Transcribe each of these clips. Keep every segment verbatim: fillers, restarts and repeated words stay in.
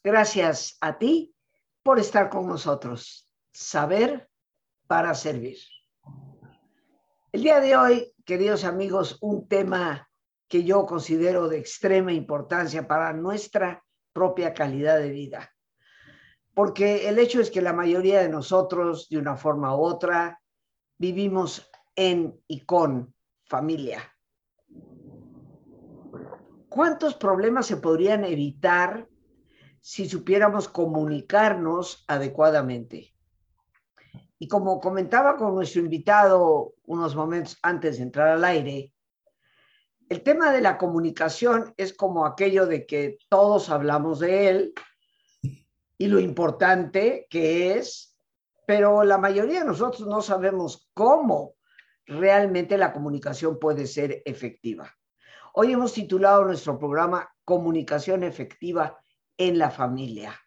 Gracias a ti por estar con nosotros. Saber para servir. El día de hoy, queridos amigos, un tema que yo considero de extrema importancia para nuestra propia calidad de vida. Porque el hecho es que la mayoría de nosotros, de una forma u otra, vivimos en y con familia. ¿Cuántos problemas se podrían evitar si supiéramos comunicarnos adecuadamente? Y como comentaba con nuestro invitado unos momentos antes de entrar al aire, el tema de la comunicación es como aquello de que todos hablamos de él y lo importante que es, pero la mayoría de nosotros no sabemos cómo realmente la comunicación puede ser efectiva. Hoy hemos titulado nuestro programa Comunicación Efectiva en la Familia.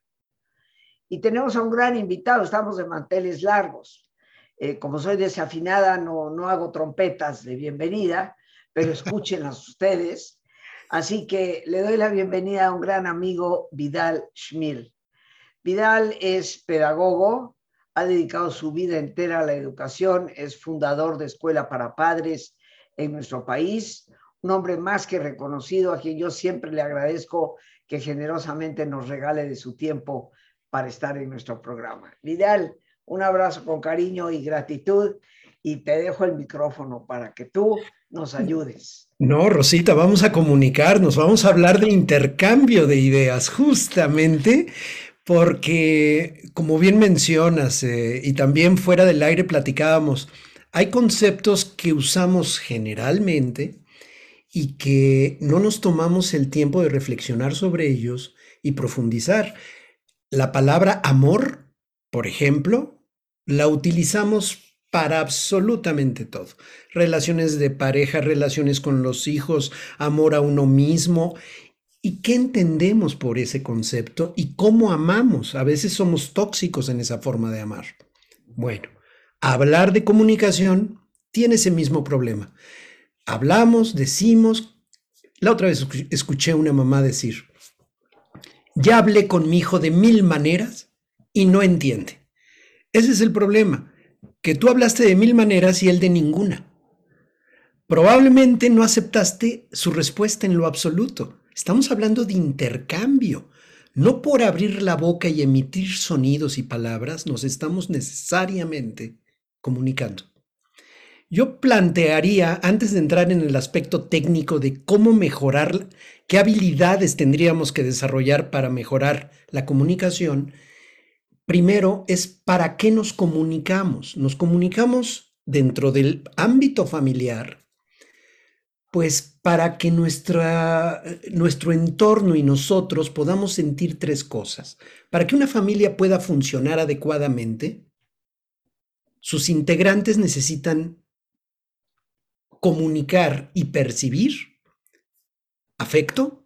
Y tenemos a un gran invitado, estamos de manteles largos. Eh, como soy desafinada, no, no hago trompetas de bienvenida, pero escúchenlas ustedes. Así que le doy la bienvenida a un gran amigo, Vidal Schmil. Vidal es pedagogo, ha dedicado su vida entera a la educación, es fundador de Escuela para Padres en nuestro país, un hombre más que reconocido a quien yo siempre le agradezco que generosamente nos regale de su tiempo para estar en nuestro programa. Vidal, un abrazo con cariño y gratitud y te dejo el micrófono para que tú nos ayudes. No, Rosita, vamos a comunicarnos, vamos a hablar de intercambio de ideas, justamente porque, como bien mencionas, eh, y también fuera del aire platicábamos, hay conceptos que usamos generalmente y que no nos tomamos el tiempo de reflexionar sobre ellos y profundizar. La palabra amor, por ejemplo, la utilizamos para absolutamente todo. Relaciones de pareja, relaciones con los hijos, amor a uno mismo. ¿Y qué entendemos por ese concepto y cómo amamos? A veces somos tóxicos en esa forma de amar. Bueno, hablar de comunicación tiene ese mismo problema. Hablamos, decimos. La otra vez escuché a una mamá decir, ya hablé con mi hijo de mil maneras y no entiende. Ese es el problema, que tú hablaste de mil maneras y él de ninguna. Probablemente no aceptaste su respuesta en lo absoluto. Estamos hablando de intercambio. No por abrir la boca y emitir sonidos y palabras nos estamos necesariamente comunicando. Yo plantearía, antes de entrar en el aspecto técnico de cómo mejorar, qué habilidades tendríamos que desarrollar para mejorar la comunicación, primero es para qué nos comunicamos. Nos comunicamos dentro del ámbito familiar, pues para que nuestra, nuestro entorno y nosotros podamos sentir tres cosas. Para que una familia pueda funcionar adecuadamente, sus integrantes necesitan comunicar y percibir afecto,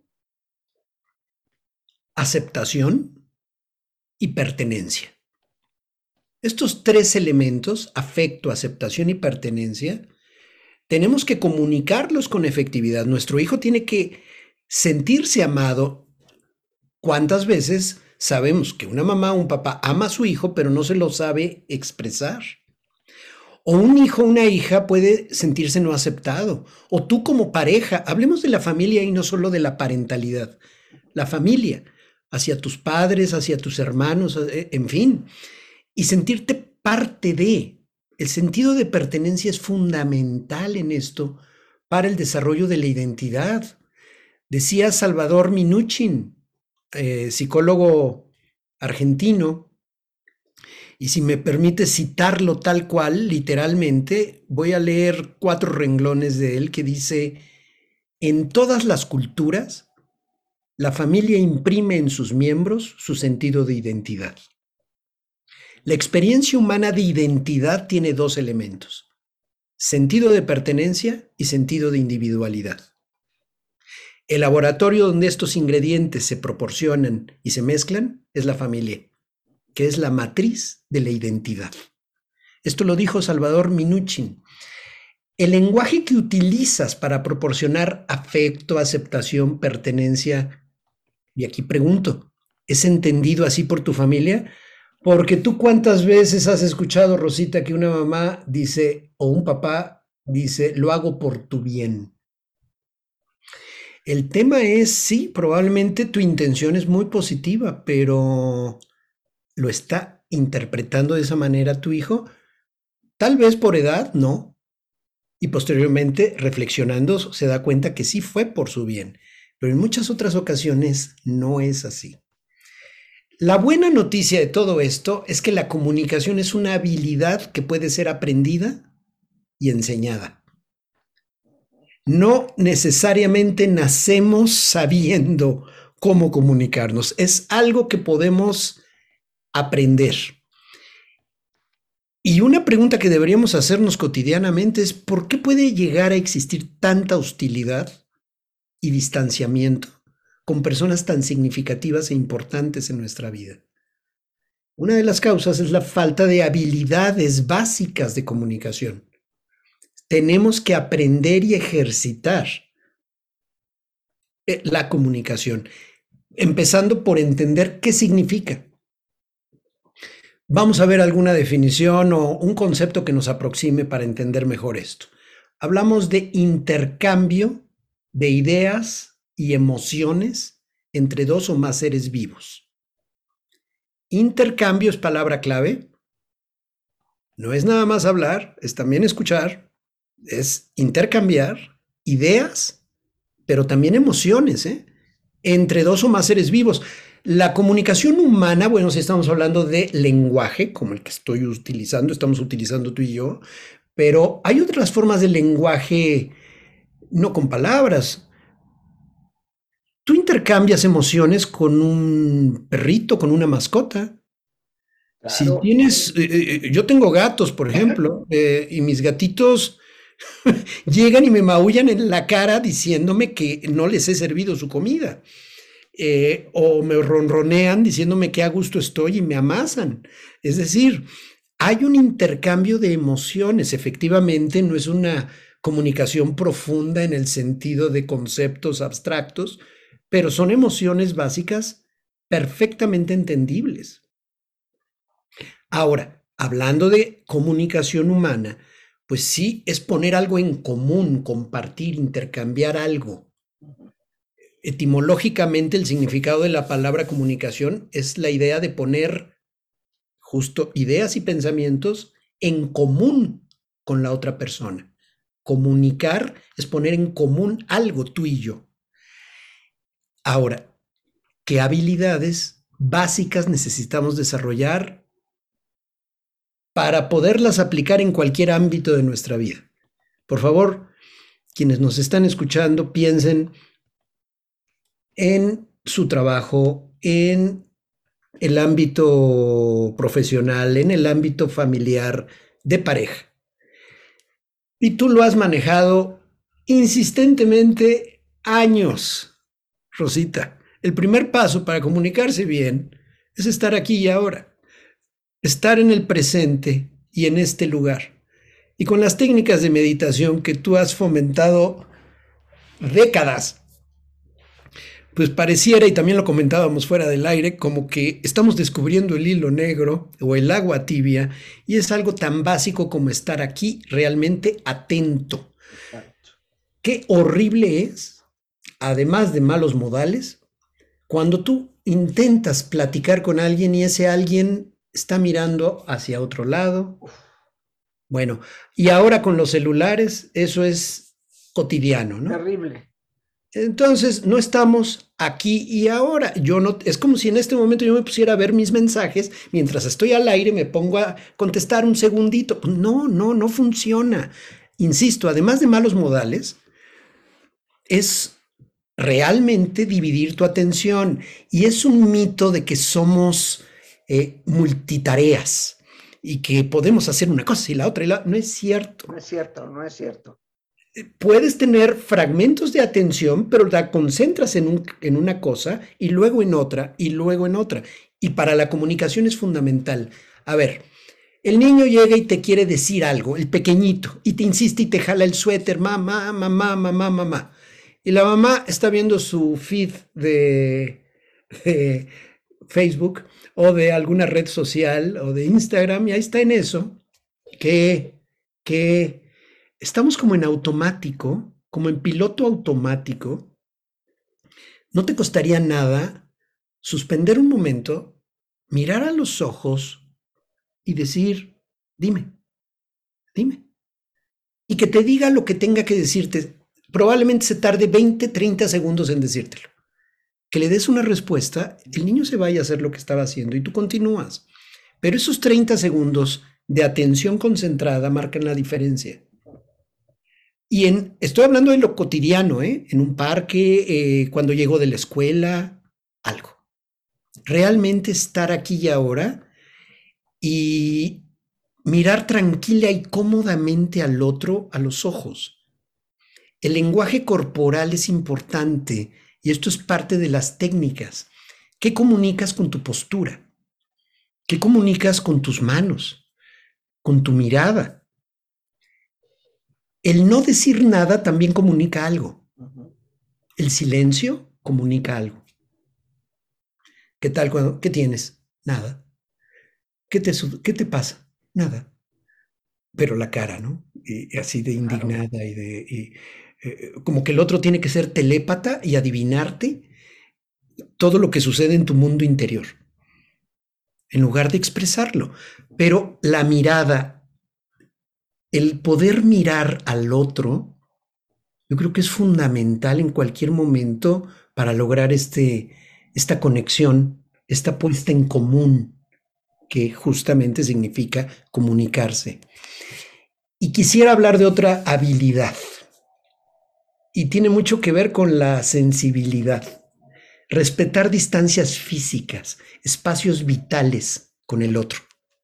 aceptación y pertenencia. Estos tres elementos, afecto, aceptación y pertenencia, tenemos que comunicarlos con efectividad. Nuestro hijo tiene que sentirse amado. ¿Cuántas veces sabemos que una mamá o un papá ama a su hijo, pero no se lo sabe expresar? O un hijo o una hija puede sentirse no aceptado. O tú como pareja, hablemos de la familia y no solo de la parentalidad. La familia, hacia tus padres, hacia tus hermanos, en fin. Y sentirte parte de. El sentido de pertenencia es fundamental en esto para el desarrollo de la identidad. Decía Salvador Minuchin, eh, psicólogo argentino, y si me permite citarlo tal cual, literalmente, voy a leer cuatro renglones de él que dice, en todas las culturas, la familia imprime en sus miembros su sentido de identidad. La experiencia humana de identidad tiene dos elementos, sentido de pertenencia y sentido de individualidad. El laboratorio donde estos ingredientes se proporcionan y se mezclan es la familia, que es la matriz de la identidad. Esto lo dijo Salvador Minuchin. El lenguaje que utilizas para proporcionar afecto, aceptación, pertenencia, y aquí pregunto, es entendido así por tu familia? Porque tú cuántas veces has escuchado, Rosita, que una mamá dice, o un papá dice, lo hago por tu bien. El tema es, sí, probablemente tu intención es muy positiva, pero ¿lo está interpretando de esa manera tu hijo? Tal vez por edad, no. Y posteriormente, reflexionando, se da cuenta que sí fue por su bien, pero en muchas otras ocasiones no es así. La buena noticia de todo esto es que la comunicación es una habilidad que puede ser aprendida y enseñada. No necesariamente nacemos sabiendo cómo comunicarnos, es algo que podemos aprender. Y una pregunta que deberíamos hacernos cotidianamente es ¿por qué puede llegar a existir tanta hostilidad y distanciamiento con personas tan significativas e importantes en nuestra vida? Una de las causas es la falta de habilidades básicas de comunicación. Tenemos que aprender y ejercitar la comunicación, empezando por entender qué significa. Vamos a ver alguna definición o un concepto que nos aproxime para entender mejor esto. Hablamos de intercambio de ideas y emociones entre dos o más seres vivos. Intercambio es palabra clave. No es nada más hablar, es también escuchar, es intercambiar ideas, pero también emociones, ¿eh? Entre dos o más seres vivos. La comunicación humana, bueno, si estamos hablando de lenguaje, como el que estoy utilizando, estamos utilizando tú y yo, pero hay otras formas de lenguaje, no con palabras. Tú intercambias emociones con un perrito, con una mascota. Si Claro. tienes, eh, eh, yo tengo gatos, por ejemplo, eh, y mis gatitos llegan y me maullan en la cara diciéndome que no les he servido su comida. Eh, o me ronronean diciéndome que a gusto estoy y me amasan. Es decir, hay un intercambio de emociones. Efectivamente, no es una comunicación profunda en el sentido de conceptos abstractos, pero son emociones básicas perfectamente entendibles. Ahora, hablando de comunicación humana, pues sí, es poner algo en común, compartir, intercambiar algo. Etimológicamente, el significado de la palabra comunicación es la idea de poner justo ideas y pensamientos en común con la otra persona. Comunicar es poner en común algo, tú y yo. Ahora, ¿qué habilidades básicas necesitamos desarrollar para poderlas aplicar en cualquier ámbito de nuestra vida? Por favor, quienes nos están escuchando, piensen en su trabajo, en el ámbito profesional, en el ámbito familiar, de pareja. Y tú lo has manejado insistentemente años, Rosita. El primer paso para comunicarse bien es estar aquí y ahora, estar en el presente y en este lugar. Y con las técnicas de meditación que tú has fomentado décadas, pues pareciera, y también lo comentábamos fuera del aire, como que estamos descubriendo el hilo negro o el agua tibia, y es algo tan básico como estar aquí realmente atento. Exacto. Qué horrible es, además de malos modales, cuando tú intentas platicar con alguien y ese alguien está mirando hacia otro lado. Bueno, y ahora con los celulares, eso es cotidiano, ¿no? Terrible. Entonces, no estamos aquí y ahora. Yo no, es como si en este momento yo me pusiera a ver mis mensajes mientras estoy al aire, me pongo a contestar un segundito. No, no, no funciona. Insisto, además de malos modales, es realmente dividir tu atención. Y es un mito de que somos eh, multitareas y que podemos hacer una cosa y la otra y la... No es cierto. No es cierto, no es cierto. Puedes tener fragmentos de atención, pero la concentras en, un, en una cosa y luego en otra y luego en otra. Y para la comunicación es fundamental. A ver, el niño llega y te quiere decir algo, el pequeñito, y te insiste y te jala el suéter, mamá, mamá, mamá, mamá. Y la mamá está viendo su feed de, de Facebook o de alguna red social o de Instagram y ahí está en eso, que, que estamos como en automático, como en piloto automático. No te costaría nada suspender un momento, mirar a los ojos y decir, dime, dime. Y que te diga lo que tenga que decirte. Probablemente se tarde veinte, treinta segundos en decírtelo. Que le des una respuesta, el niño se vaya a hacer lo que estaba haciendo y tú continúas. Pero esos treinta segundos de atención concentrada marcan la diferencia. Y en, estoy hablando de lo cotidiano, ¿eh? En un parque, eh, cuando llego de la escuela, algo. Realmente estar aquí y ahora y mirar tranquila y cómodamente al otro a los ojos. El lenguaje corporal es importante y esto es parte de las técnicas. ¿Qué comunicas con tu postura? ¿Qué comunicas con tus manos? ¿Con tu mirada? El no decir nada también comunica algo. El silencio comunica algo. ¿Qué tal cuando, qué tienes? Nada. ¿Qué te, qué te pasa? Nada. Pero la cara, ¿no? Y, y así de indignada claro. y de... Y, eh, como que el otro tiene que ser telépata y adivinarte todo lo que sucede en tu mundo interior, en lugar de expresarlo. Pero la mirada, el poder mirar al otro, yo creo que es fundamental en cualquier momento para lograr este, esta conexión, esta puesta en común, que justamente significa comunicarse. Y quisiera hablar de otra habilidad, y tiene mucho que ver con la sensibilidad. Respetar distancias físicas, espacios vitales con el otro.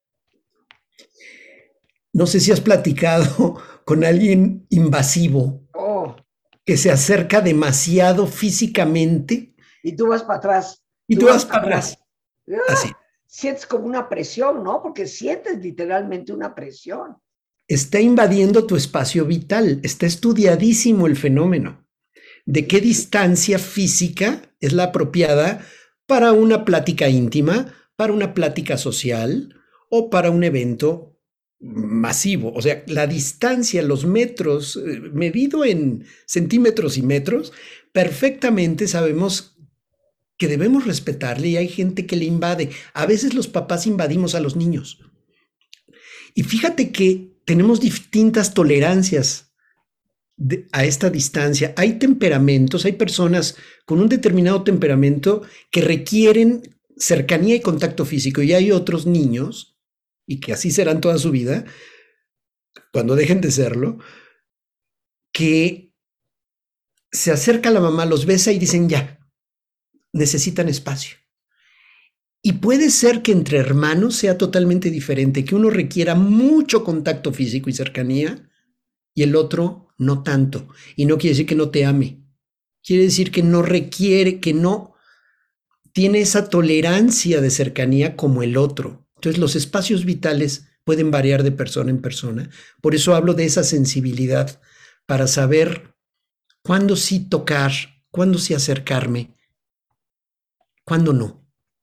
No sé si has platicado con alguien invasivo oh. que se acerca demasiado físicamente. Y tú vas para atrás. Y tú, tú vas, vas para atrás. atrás. Ah, Así. Sientes como una presión, ¿no? Porque sientes literalmente una presión. Está invadiendo tu espacio vital. Está estudiadísimo el fenómeno. ¿De qué distancia física es la apropiada para una plática íntima, para una plática social o para un evento masivo? O sea, la distancia, los metros, medido en centímetros y metros, perfectamente sabemos que debemos respetarle y hay gente que le invade. A veces los papás invadimos a los niños. Y fíjate que tenemos distintas tolerancias De, a esta distancia. Hay temperamentos, hay personas con un determinado temperamento que requieren cercanía y contacto físico y hay otros niños, y que así serán toda su vida, cuando dejen de serlo, que se acerca a la mamá, los besa y dicen ya, necesitan espacio. Y puede ser que entre hermanos sea totalmente diferente, que uno requiera mucho contacto físico y cercanía y el otro no tanto. Y no quiere decir que no te ame. Quiere decir que no requiere, que no tiene esa tolerancia de cercanía como el otro. Entonces los espacios vitales pueden variar de persona en persona. Por eso hablo de esa sensibilidad para saber cuándo sí tocar, cuándo sí acercarme, cuándo no.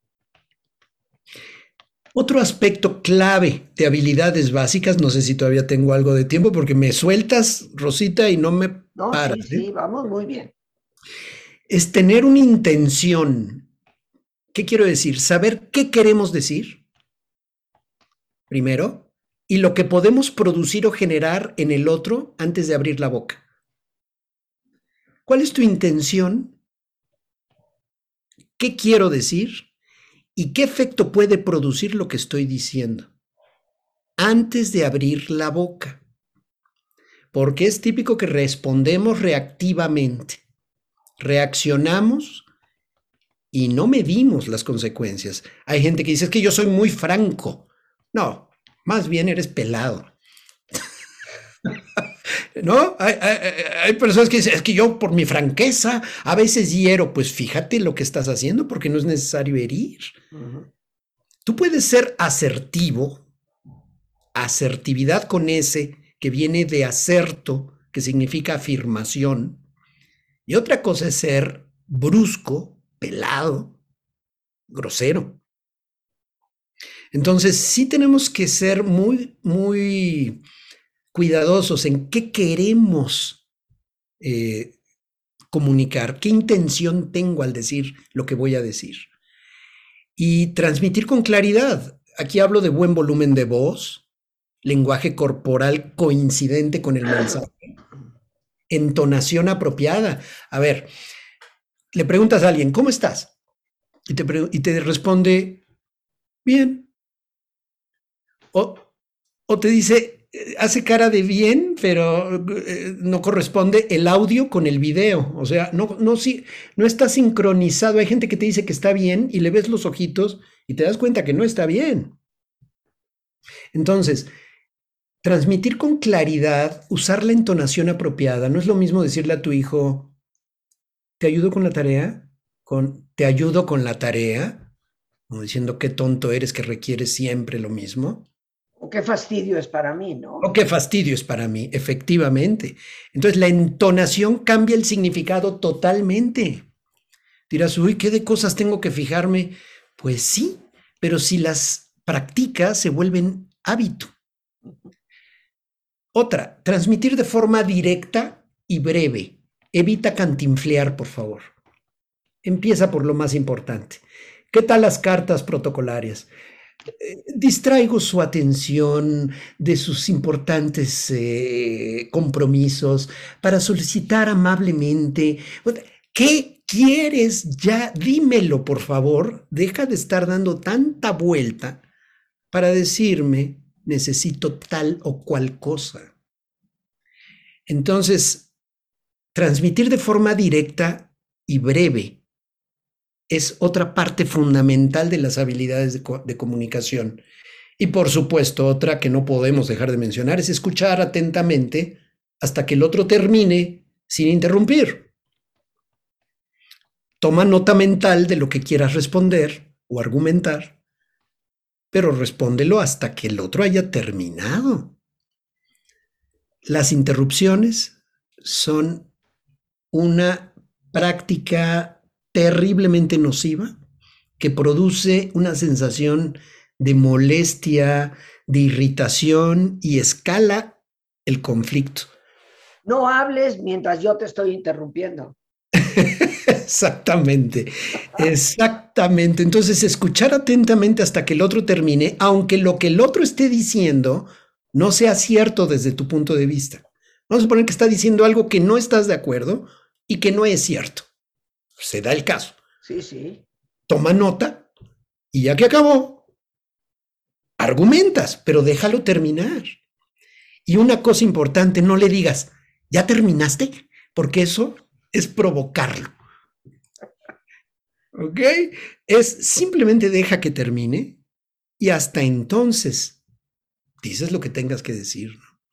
Otro aspecto clave de habilidades básicas, no sé si todavía tengo algo de tiempo porque me sueltas, Rosita, y no me no, paras. Sí, sí, ¿eh? Vamos muy bien. Es tener una intención. ¿Qué quiero decir? Saber qué queremos decir, primero, y lo que podemos producir o generar en el otro antes de abrir la boca. ¿Cuál es tu intención? ¿Qué quiero decir? ¿Y qué efecto puede producir lo que estoy diciendo antes de abrir la boca? Porque es típico que respondemos reactivamente, reaccionamos y no medimos las consecuencias. Hay gente que dice, es que yo soy muy franco. No, más bien eres pelado. ¿No? Hay, hay, hay personas que dicen, es que yo por mi franqueza a veces hiero. Pues fíjate lo que estás haciendo porque no es necesario herir. Uh-huh. Tú puedes ser asertivo, asertividad con S, que viene de acerto, que significa afirmación. Y otra cosa es ser brusco, pelado, grosero. Entonces, sí tenemos que ser muy, muy cuidadosos en qué queremos eh, comunicar, qué intención tengo al decir lo que voy a decir. Y transmitir con claridad. Aquí hablo de buen volumen de voz, lenguaje corporal coincidente con el mensaje, entonación apropiada. A ver, le preguntas a alguien, ¿cómo estás? Y te, y te responde, bien. O, o te dice, eh, hace cara de bien, pero eh, no corresponde el audio con el video. O sea, no, no, sí, no está sincronizado. Hay gente que te dice que está bien y le ves los ojitos y te das cuenta que no está bien. Entonces, transmitir con claridad, usar la entonación apropiada. No es lo mismo decirle a tu hijo, ¿te ayudo con la tarea? Con, ¿te ayudo con la tarea? Como diciendo, qué tonto eres que requieres siempre lo mismo. O qué fastidio es para mí, ¿no? O qué fastidio es para mí, efectivamente. Entonces la entonación cambia el significado totalmente. Dirás, uy, ¿qué de cosas tengo que fijarme? Pues sí, pero si las practicas se vuelven hábito. Otra, transmitir de forma directa y breve. Evita cantinflear, por favor. Empieza por lo más importante. ¿Qué tal las cartas protocolarias? Eh, distraigo su atención de sus importantes eh, compromisos para solicitar amablemente. ¿Qué quieres? Ya dímelo, por favor. Deja de estar dando tanta vuelta para decirme necesito tal o cual cosa. Entonces, transmitir de forma directa y breve es otra parte fundamental de las habilidades de, co de comunicación. Y por supuesto, otra que no podemos dejar de mencionar es escuchar atentamente hasta que el otro termine sin interrumpir. Toma nota mental de lo que quieras responder o argumentar, pero respóndelo hasta que el otro haya terminado. Las interrupciones son una práctica terriblemente nociva que produce una sensación de molestia, de irritación y escala el conflicto. No hables mientras yo te estoy interrumpiendo. Exactamente, exactamente. Entonces, escuchar atentamente hasta que el otro termine, aunque lo que el otro esté diciendo no sea cierto desde tu punto de vista. Vamos a suponer que está diciendo algo que no estás de acuerdo y que no es cierto. Se da el caso. Sí, sí. Toma nota y ya que acabó, argumentas, pero déjalo terminar. Y una cosa importante, no le digas, ¿ya terminaste? Porque eso es provocarlo. ¿Ok? Es simplemente deja que termine y hasta entonces dices lo que tengas que decir.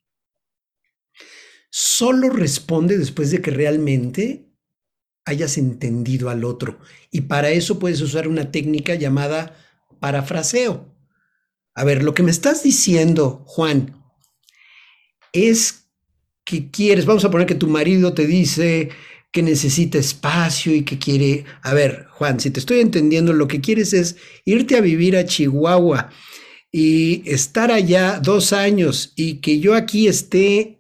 Solo responde después de que realmente hayas entendido al otro. Y para eso puedes usar una técnica llamada parafraseo. A ver, lo que me estás diciendo, Juan, es que quieres, vamos a poner que tu marido te dice que necesita espacio y que quiere, a ver, Juan, si te estoy entendiendo, lo que quieres es irte a vivir a Chihuahua y estar allá dos años y que yo aquí esté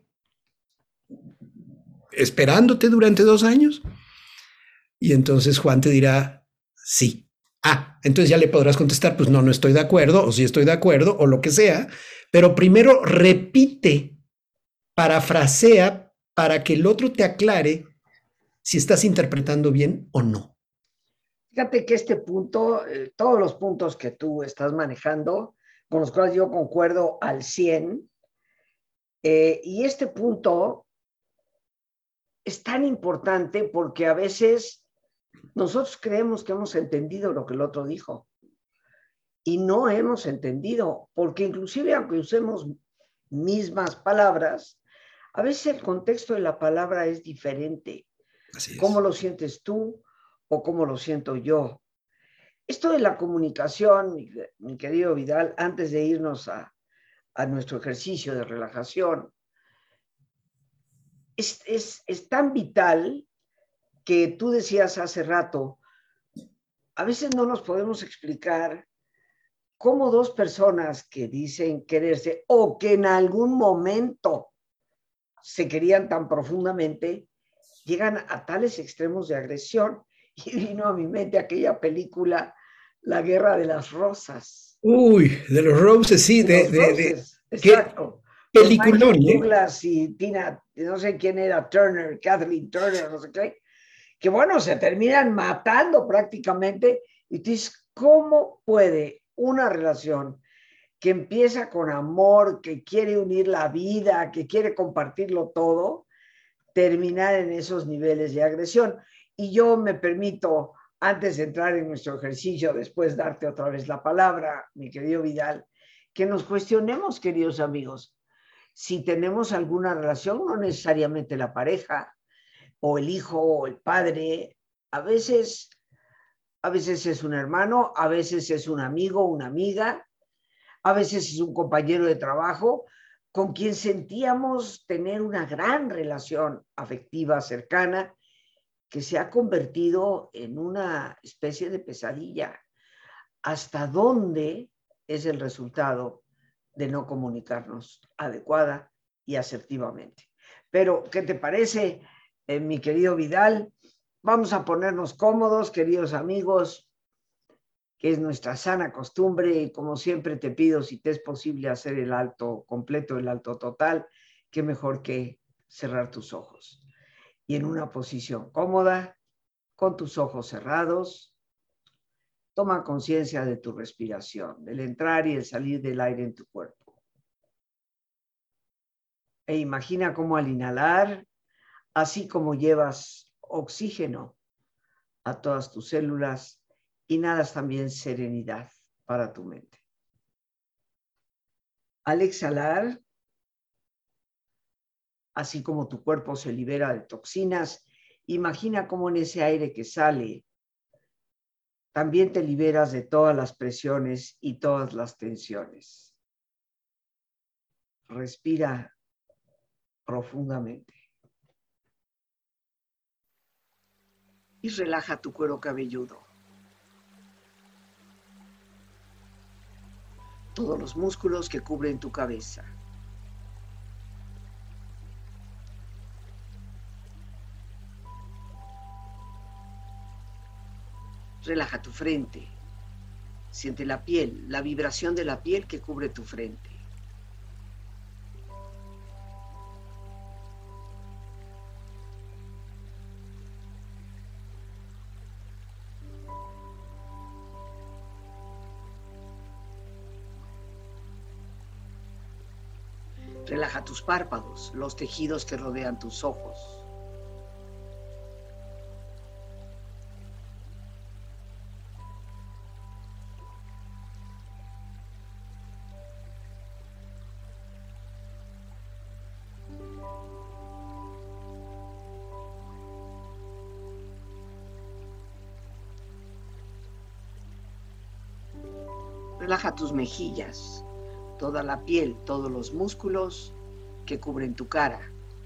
esperándote durante dos años. Y entonces Juan te dirá, sí. Ah, entonces ya le podrás contestar, pues no, no estoy de acuerdo, o sí estoy de acuerdo, o lo que sea, pero primero repite, parafrasea para que el otro te aclare si estás interpretando bien o no. Fíjate que este punto, eh, todos los puntos que tú estás manejando, con los cuales yo concuerdo al cien, eh, y este punto es tan importante porque a veces nosotros creemos que hemos entendido lo que el otro dijo y no hemos entendido, porque inclusive aunque usemos mismas palabras, a veces el contexto de la palabra es diferente. Así es. ¿Cómo lo sientes tú o cómo lo siento yo? Esto de la comunicación, mi, mi querido Vidal, antes de irnos a, a nuestro ejercicio de relajación, es, es, es tan vital que tú decías hace rato, a veces no nos podemos explicar cómo dos personas que dicen quererse o que en algún momento se querían tan profundamente, llegan a tales extremos de agresión. Y vino a mi mente aquella película, La Guerra de las Rosas. Uy, de los Roses, sí, De de, los de, de, Roses, qué exacto. Con peliculón, Michael ¿eh? Douglas y Tina, no sé quién era, Turner, Kathleen Turner, no sé qué, que bueno, se terminan matando prácticamente. Y tú dices, ¿cómo puede una relación que empieza con amor, que quiere unir la vida, que quiere compartirlo todo, terminar en esos niveles de agresión? Y yo me permito, antes de entrar en nuestro ejercicio, después darte otra vez la palabra, mi querido Vidal, que nos cuestionemos, queridos amigos, si tenemos alguna relación, no necesariamente la pareja, o el hijo, o el padre, a veces, a veces es un hermano, a veces es un amigo, una amiga, a veces es un compañero de trabajo con quien sentíamos tener una gran relación afectiva cercana que se ha convertido en una especie de pesadilla. ¿Hasta dónde es el resultado de no comunicarnos adecuada y asertivamente? Pero, ¿qué te parece, eh, mi querido Vidal? Vamos a ponernos cómodos, queridos amigos, que es nuestra sana costumbre, y como siempre te pido, si te es posible hacer el alto completo, el alto total, qué mejor que cerrar tus ojos. Y en una posición cómoda, con tus ojos cerrados, toma conciencia de tu respiración, del entrar y el salir del aire en tu cuerpo. E imagina cómo al inhalar, así como llevas oxígeno a todas tus células, inhalas también serenidad para tu mente. Al exhalar, así como tu cuerpo se libera de toxinas, imagina cómo en ese aire que sale, también te liberas de todas las presiones y todas las tensiones. Respira profundamente y relaja tu cuero cabelludo. Todos los músculos que cubren tu cabeza. Relaja tu frente. Siente la piel, la vibración de la piel que cubre tu frente. Relaja tus párpados, los tejidos que rodean tus ojos. Relaja tus mejillas, toda la piel, todos los músculos que cubren tu cara.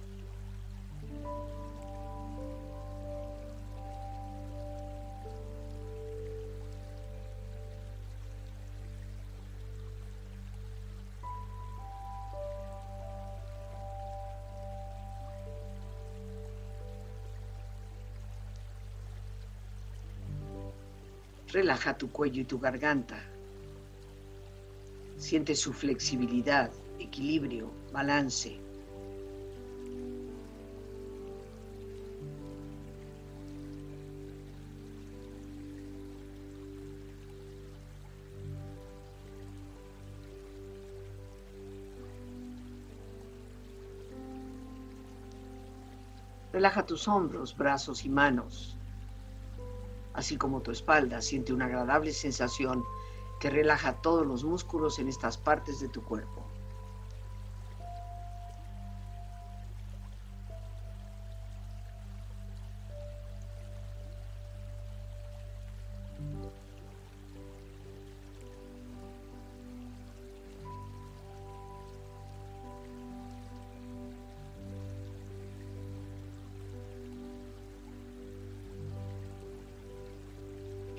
Relaja tu cuello y tu garganta. Siente su flexibilidad, equilibrio, balance. Relaja tus hombros, brazos y manos, así como tu espalda. Siente una agradable sensación que relaja todos los músculos en estas partes de tu cuerpo.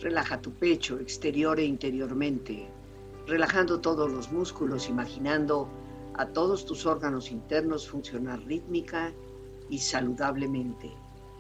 Relaja tu pecho, exterior e interiormente, relajando todos los músculos, imaginando a todos tus órganos internos funcionar rítmica y saludablemente.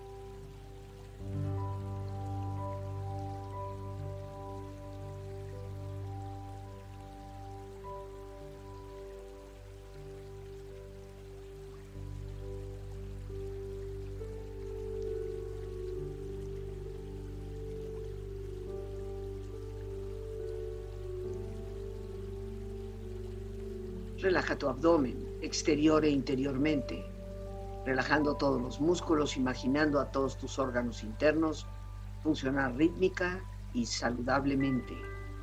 Relaja tu abdomen, exterior e interiormente, relajando todos los músculos, imaginando a todos tus órganos internos funcionar rítmica y saludablemente.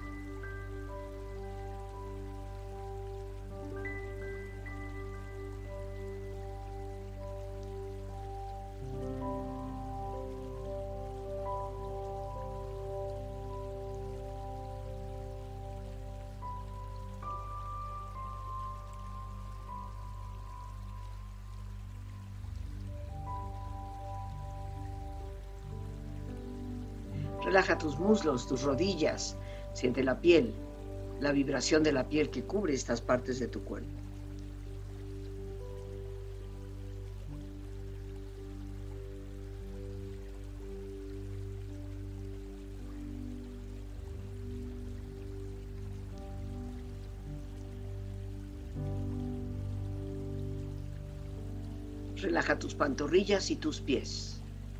Relaja tus muslos, tus rodillas, siente la piel, la vibración de la piel que cubre estas partes de tu cuerpo. Relaja tus pantorrillas y tus pies.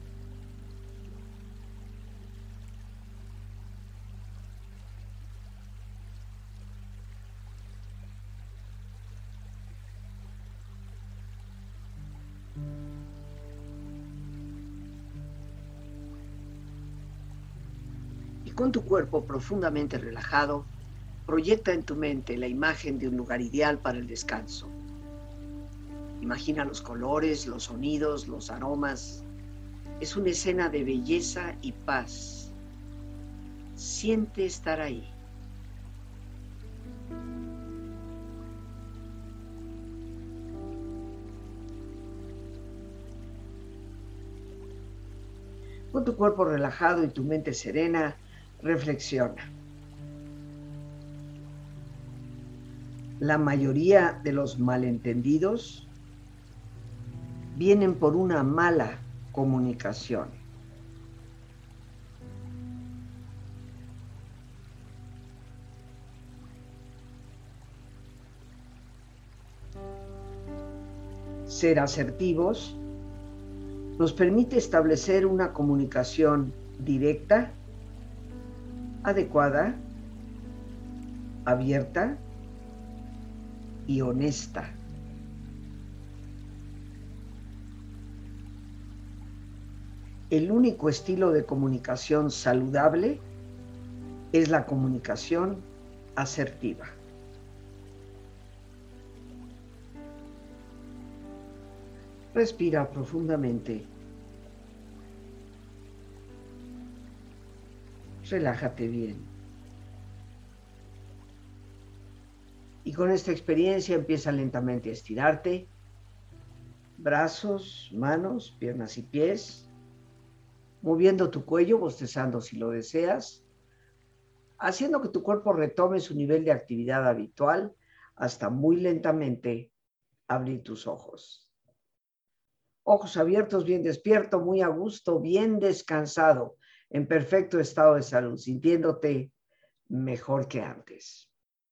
Con tu cuerpo profundamente relajado, proyecta en tu mente la imagen de un lugar ideal para el descanso. Imagina los colores, los sonidos, los aromas. Es una escena de belleza y paz. Siente estar ahí. Con tu cuerpo relajado y tu mente serena, reflexiona. La mayoría de los malentendidos vienen por una mala comunicación. Ser asertivos nos permite establecer una comunicación directa, adecuada, abierta y honesta. El único estilo de comunicación saludable es la comunicación asertiva. Respira profundamente. Relájate bien. Y con esta experiencia empieza lentamente a estirarte. Brazos, manos, piernas y pies. Moviendo tu cuello, bostezando si lo deseas. Haciendo que tu cuerpo retome su nivel de actividad habitual hasta muy lentamente abrir tus ojos. Ojos abiertos, bien despierto, muy a gusto, bien descansado, en perfecto estado de salud, sintiéndote mejor que antes.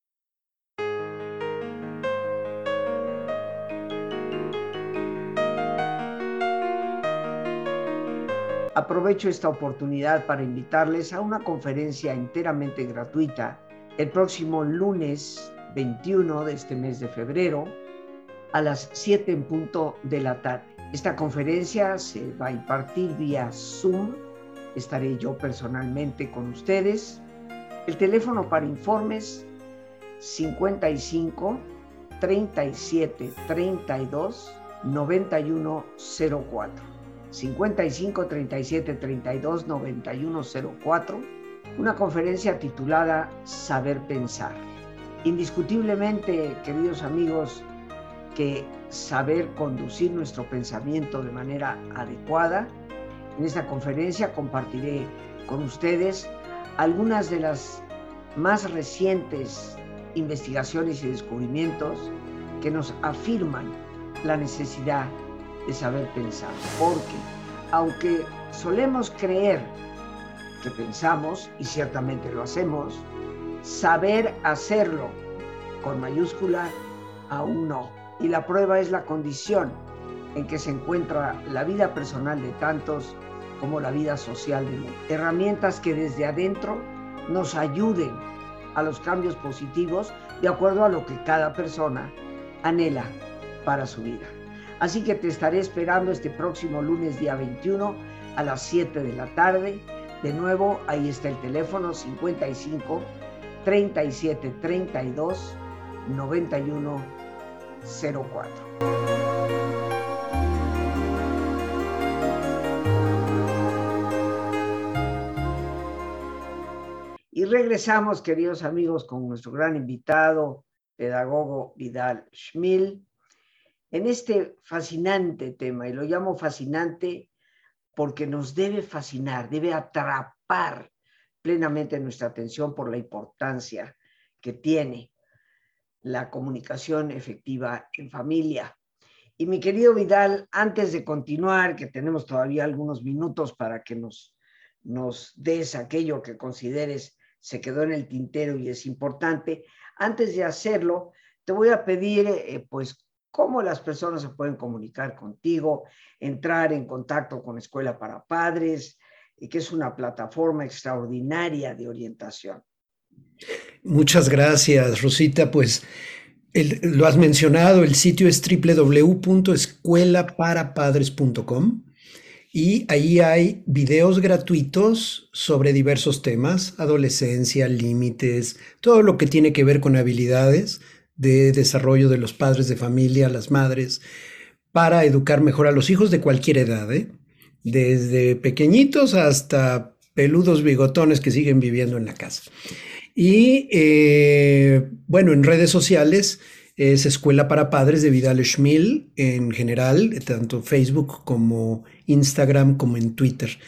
Aprovecho esta oportunidad para invitarles a una conferencia enteramente gratuita el próximo lunes veintiuno de este mes de febrero a las siete en punto de la tarde. Esta conferencia se va a impartir vía Zoom. Estaré yo personalmente con ustedes. El teléfono para informes cincuenta y cinco, treinta y siete, treinta y dos, noventa y uno cero cuatro. cincuenta y cinco, treinta y siete, treinta y dos, noventa y uno cero cuatro. Una conferencia titulada Saber Pensar. Indiscutiblemente, queridos amigos, que saber conducir nuestro pensamiento de manera adecuada. En esta conferencia compartiré con ustedes algunas de las más recientes investigaciones y descubrimientos que nos afirman la necesidad de saber pensar, porque aunque solemos creer que pensamos, y ciertamente lo hacemos, saber hacerlo con mayúscula aún no. Y la prueba es la condición en que se encuentra la vida personal de tantos como la vida social de muchos. Herramientas que desde adentro nos ayuden a los cambios positivos de acuerdo a lo que cada persona anhela para su vida. Así que te estaré esperando este próximo lunes día veintiuno a las siete de la tarde. De nuevo, ahí está el teléfono cincuenta y cinco, treinta y siete, treinta y dos, noventa y uno, cero cuatro. Y regresamos, queridos amigos, con nuestro gran invitado, pedagogo Vidal Schmil, en este fascinante tema, y lo llamo fascinante porque nos debe fascinar, debe atrapar plenamente nuestra atención por la importancia que tiene la comunicación efectiva en familia. Y mi querido Vidal, antes de continuar, que tenemos todavía algunos minutos para que nos, nos des aquello que consideres se quedó en el tintero y es importante, antes de hacerlo, te voy a pedir, eh, pues, cómo las personas se pueden comunicar contigo, entrar en contacto con Escuela para Padres, y que es una plataforma extraordinaria de orientación. Muchas gracias, Rosita. Pues el, lo has mencionado, el sitio es doble u doble u doble u punto escuela para padres punto com y ahí hay videos gratuitos sobre diversos temas, adolescencia, límites, todo lo que tiene que ver con habilidades de desarrollo de los padres de familia, las madres, para educar mejor a los hijos de cualquier edad, ¿eh? Desde pequeñitos hasta peludos bigotones que siguen viviendo en la casa. Y eh, bueno, en redes sociales es Escuela para Padres de Vidal Schmil en general, tanto Facebook como Instagram como en Twitter.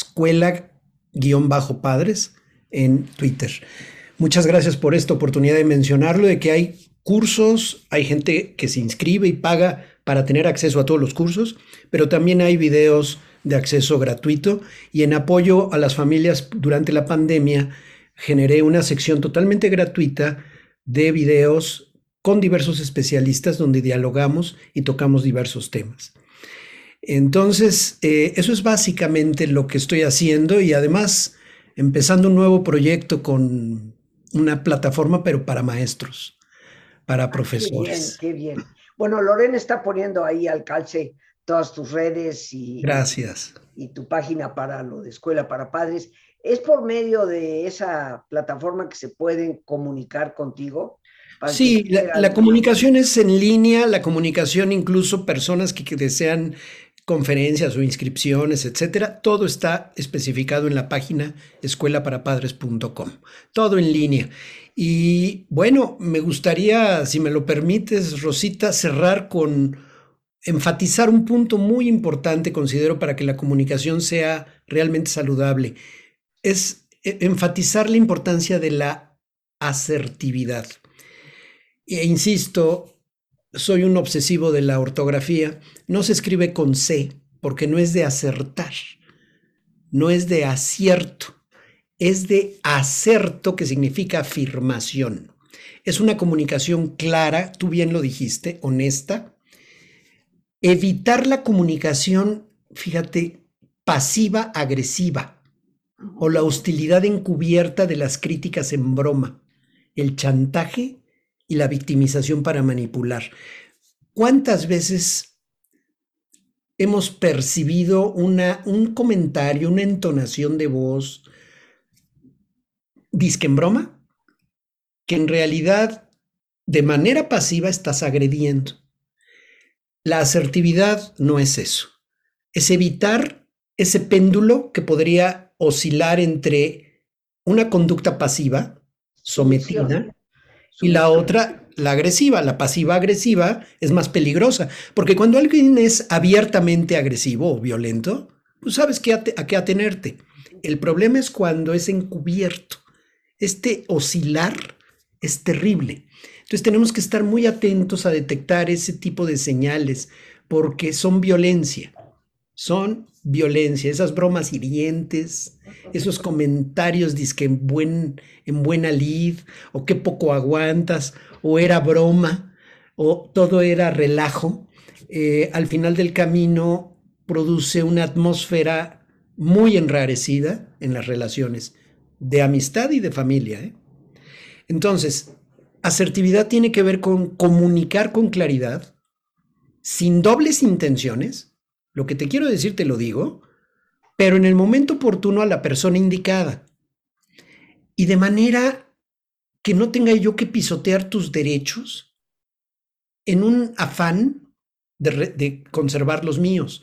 Escuela-padres en Twitter. Muchas gracias por esta oportunidad de mencionarlo, de que hay cursos, hay gente que se inscribe y paga para tener acceso a todos los cursos, pero también hay videos de acceso gratuito, y en apoyo a las familias durante la pandemia generé una sección totalmente gratuita de videos con diversos especialistas donde dialogamos y tocamos diversos temas. Entonces, eh, eso es básicamente lo que estoy haciendo, y además empezando un nuevo proyecto con una plataforma, pero para maestros, para profesores. Ah, qué bien, qué bien. Bueno, Lorena está poniendo ahí al calce todas tus redes y, Gracias. y, y tu página para lo de Escuela para Padres. ¿Es por medio de esa plataforma que se pueden comunicar contigo? Sí, la, la comunicación es en línea, la comunicación, incluso personas que, que desean conferencias o inscripciones, etcétera, todo está especificado en la página escuela para padres punto com, todo en línea. Y bueno, me gustaría, si me lo permites, Rosita, cerrar con enfatizar un punto muy importante, considero, para que la comunicación sea realmente saludable. Es enfatizar la importancia de la asertividad. E insisto, soy un obsesivo de la ortografía. No se escribe con C porque no es de acertar, no es de acierto, es de acerto, que significa afirmación. Es una comunicación clara, tú bien lo dijiste, honesta. Evitar la comunicación, fíjate, pasiva-agresiva o la hostilidad encubierta de las críticas en broma, el chantaje y la victimización para manipular. ¿Cuántas veces hemos percibido una, un comentario, una entonación de voz, disque en broma, que en realidad de manera pasiva estás agrediendo? La asertividad no es eso, es evitar ese péndulo que podría oscilar entre una conducta pasiva, sometida, y la otra, la agresiva. La pasiva-agresiva es más peligrosa, porque cuando alguien es abiertamente agresivo o violento, pues sabes qué a, a qué atenerte. El problema es cuando es encubierto. Este oscilar es terrible. Entonces tenemos que estar muy atentos a detectar ese tipo de señales porque son violencia. Son violencia. Esas bromas hirientes, esos comentarios dizque en, buen, en buena lid, o qué poco aguantas, o era broma, o todo era relajo. Eh, al final del camino produce una atmósfera muy enrarecida en las relaciones de amistad y de familia, ¿eh? Entonces, asertividad tiene que ver con comunicar con claridad, sin dobles intenciones. Lo que te quiero decir te lo digo, pero en el momento oportuno a la persona indicada. Y de manera que no tenga yo que pisotear tus derechos en un afán de, de conservar los míos.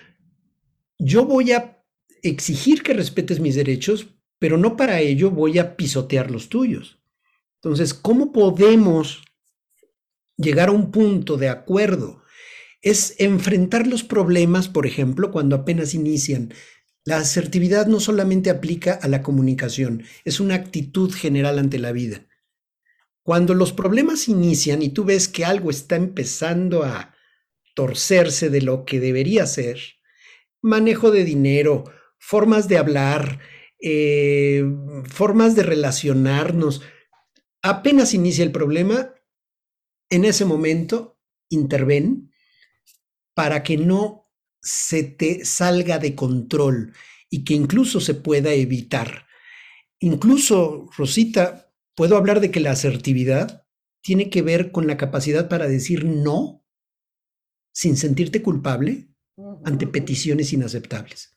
Yo voy a exigir que respetes mis derechos, pero no para ello voy a pisotear los tuyos. Entonces, ¿cómo podemos llegar a un punto de acuerdo? Es enfrentar los problemas, por ejemplo, cuando apenas inician. La asertividad no solamente aplica a la comunicación, es una actitud general ante la vida. Cuando los problemas inician y tú ves que algo está empezando a torcerse de lo que debería ser, manejo de dinero, formas de hablar, eh, formas de relacionarnos, apenas inicia el problema, en ese momento interven para que no se te salga de control y que incluso se pueda evitar. Incluso, Rosita, puedo hablar de que la asertividad tiene que ver con la capacidad para decir no sin sentirte culpable ante peticiones inaceptables.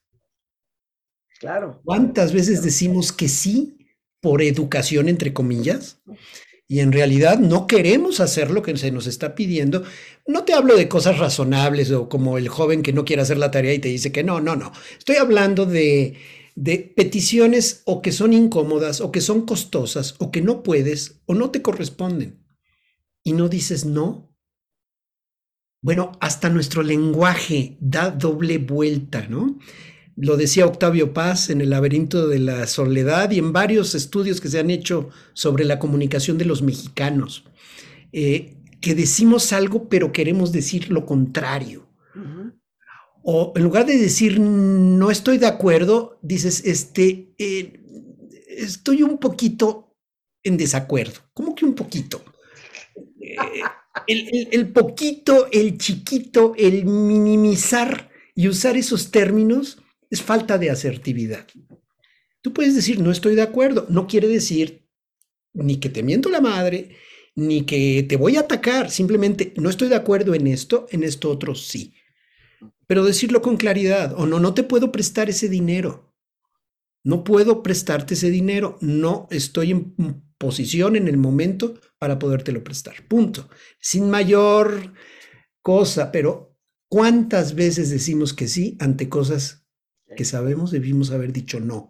Claro. ¿Cuántas veces decimos que sí por educación, entre comillas? Y en realidad no queremos hacer lo que se nos está pidiendo. No te hablo de cosas razonables o como el joven que no quiere hacer la tarea y te dice que no, no, no. Estoy hablando de, de peticiones o que son incómodas o que son costosas o que no puedes o no te corresponden. Y no dices no. Bueno, hasta nuestro lenguaje da doble vuelta, ¿no? Lo decía Octavio Paz en El laberinto de la soledad y en varios estudios que se han hecho sobre la comunicación de los mexicanos, eh, que decimos algo pero queremos decir lo contrario. Uh-huh. O en lugar de decir no estoy de acuerdo, dices, este, eh, estoy un poquito en desacuerdo. ¿Cómo que un poquito? Eh, el, el, el poquito, el chiquito, el minimizar y usar esos términos es falta de asertividad. Tú puedes decir, no estoy de acuerdo. No quiere decir ni que te miento la madre, ni que te voy a atacar. Simplemente, no estoy de acuerdo en esto, en esto otro sí. Pero decirlo con claridad. O no, no te puedo prestar ese dinero. No puedo prestarte ese dinero. No estoy en posición en el momento para podértelo prestar. Punto. Sin mayor cosa, pero ¿cuántas veces decimos que sí ante cosas que sabemos debimos haber dicho no?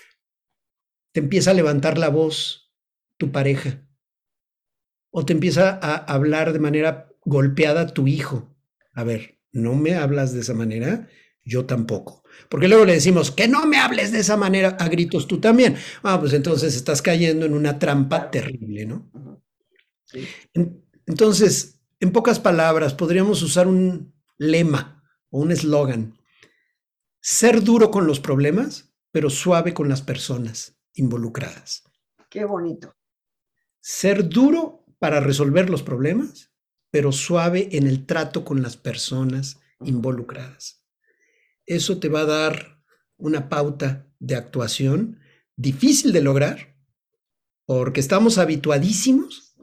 Te empieza a levantar la voz tu pareja o te empieza a hablar de manera golpeada tu hijo. A ver, no me hablas de esa manera, yo tampoco. Porque luego le decimos que no me hables de esa manera a gritos tú también. Ah, pues entonces estás cayendo en una trampa terrible, ¿no? Sí. Entonces, en pocas palabras, podríamos usar un lema o un eslogan. Ser duro con los problemas, pero suave con las personas involucradas. Qué bonito. Ser duro para resolver los problemas, pero suave en el trato con las personas involucradas. Eso te va a dar una pauta de actuación difícil de lograr, porque estamos habituadísimos,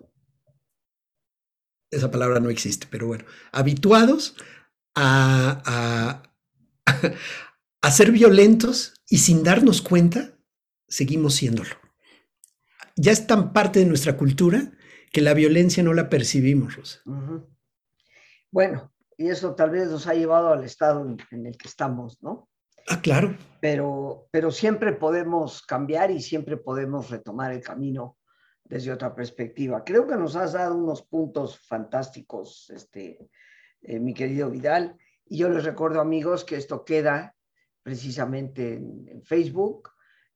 esa palabra no existe, pero bueno, habituados a, a, a ser violentos y sin darnos cuenta, seguimos siéndolo. Ya es tan parte de nuestra cultura que la violencia no la percibimos, Rosa. Uh-huh. Bueno, y eso tal vez nos ha llevado al estado en, en el que estamos, ¿no? Ah, claro. Pero, pero siempre podemos cambiar y siempre podemos retomar el camino desde otra perspectiva. Creo que nos has dado unos puntos fantásticos, este, eh, mi querido Vidal, y yo les recuerdo, amigos, que esto queda precisamente en, en Facebook,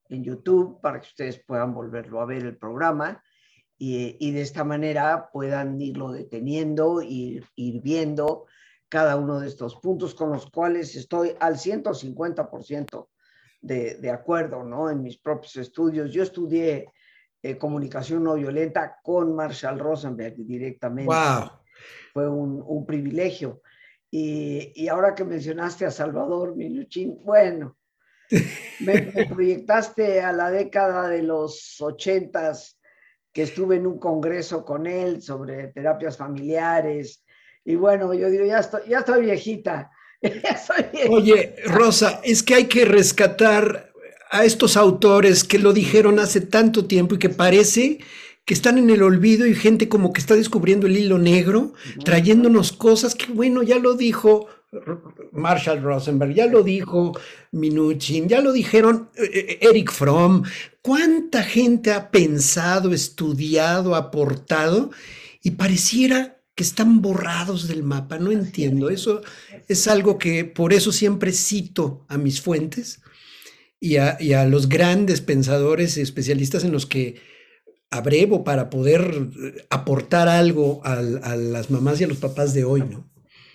en YouTube para que ustedes puedan volverlo a ver el programa y, y de esta manera puedan irlo deteniendo, ir, ir viendo cada uno de estos puntos con los cuales estoy al ciento cincuenta por ciento de, de acuerdo, ¿no? En mis propios estudios. Yo estudié eh, comunicación no violenta con Marshall Rosenberg directamente. Wow. Fue un, un privilegio. Y, y, ahora que mencionaste a Salvador Minuchin, bueno, me, me proyectaste a la década de los ochentas, que estuve en un congreso con él sobre terapias familiares. Y bueno, yo digo, ya estoy, ya estoy viejita. Ya soy viejita. Oye, Rosa, es que hay que rescatar a estos autores que lo dijeron hace tanto tiempo y que parece que están en el olvido y gente como que está descubriendo el hilo negro, uh-huh. trayéndonos cosas que, bueno, ya lo dijo Marshall Rosenberg, ya lo dijo Minuchin, ya lo dijeron eh, Eric Fromm. ¿Cuánta gente ha pensado, estudiado, aportado y pareciera que están borrados del mapa? No entiendo. Eso es algo que por eso siempre cito a mis fuentes y a, y a los grandes pensadores y especialistas en los que abrevo para poder aportar algo a, a las mamás y a los papás de hoy, ¿no?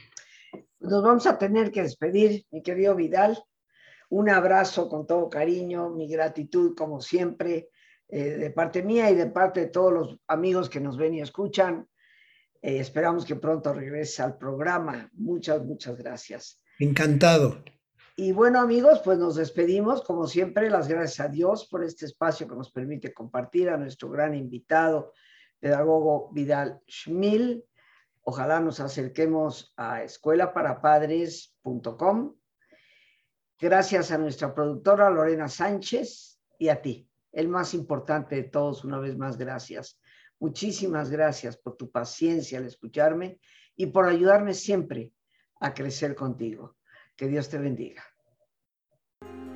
Nos vamos a tener que despedir, mi querido Vidal. Un abrazo con todo cariño, mi gratitud como siempre, eh, de parte mía y de parte de todos los amigos que nos ven y escuchan. Eh, esperamos que pronto regrese al programa. Muchas, muchas gracias. Encantado. Y bueno, amigos, pues nos despedimos. Como siempre, las gracias a Dios por este espacio que nos permite compartir a nuestro gran invitado, pedagogo Vidal Schmil. Ojalá nos acerquemos a escuela para padres punto com. Gracias a nuestra productora Lorena Sánchez y a ti, el más importante de todos, una vez más, gracias. Muchísimas gracias por tu paciencia al escucharme y por ayudarme siempre a crecer contigo. Que Dios te bendiga.